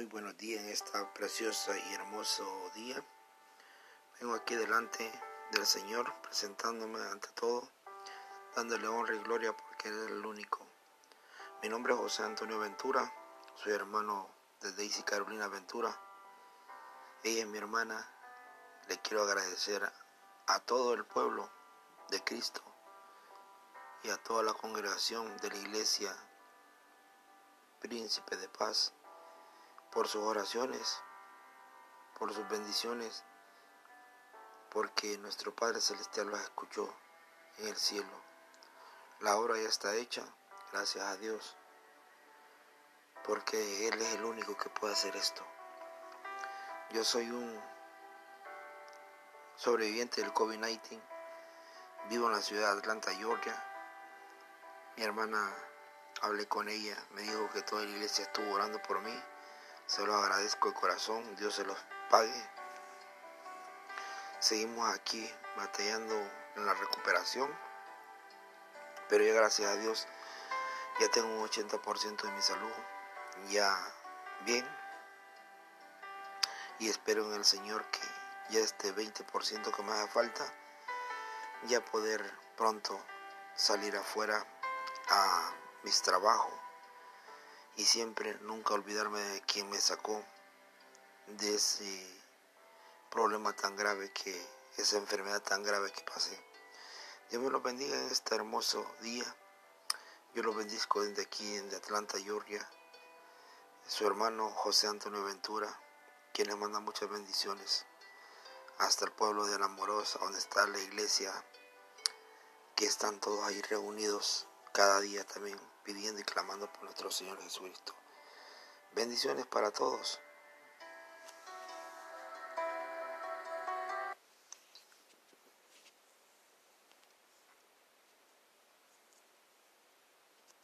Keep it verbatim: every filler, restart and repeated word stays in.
Muy buenos días en esta preciosa y hermoso día. Vengo aquí delante del Señor, presentándome ante todo, dándole honra y gloria porque Él es el único. Mi nombre es José Antonio Ventura, soy hermano de Daisy Carolina Ventura. Ella es mi hermana. Le quiero agradecer a todo el pueblo de Cristo y a toda la congregación de la Iglesia Príncipe de Paz por sus oraciones, por sus bendiciones, porque nuestro Padre Celestial los escuchó en el cielo. La obra ya está hecha, gracias a Dios, porque Él es el único que puede hacer esto. Yo soy un sobreviviente del COVID diecinueve, vivo en la ciudad de Atlanta, Georgia. Mi hermana, hablé con ella, me dijo que toda la iglesia estuvo orando por mí. Se los agradezco de corazón, Dios se los pague. Seguimos aquí batallando en la recuperación, pero ya gracias a Dios ya tengo un ochenta por ciento de mi salud ya bien, y espero en el Señor que ya este veinte por ciento que me hace falta, ya poder pronto salir afuera a mis trabajos y siempre nunca olvidarme de quien me sacó de ese problema tan grave, que esa enfermedad tan grave que pasé. Dios me los bendiga en este hermoso día. Yo los bendizco desde aquí, en Atlanta, Georgia. Su hermano José Antonio Ventura, quien le manda muchas bendiciones hasta el pueblo de La Amorosa, donde está la iglesia, que están todos ahí reunidos cada día también pidiendo y clamando por nuestro Señor Jesucristo. Bendiciones para todos.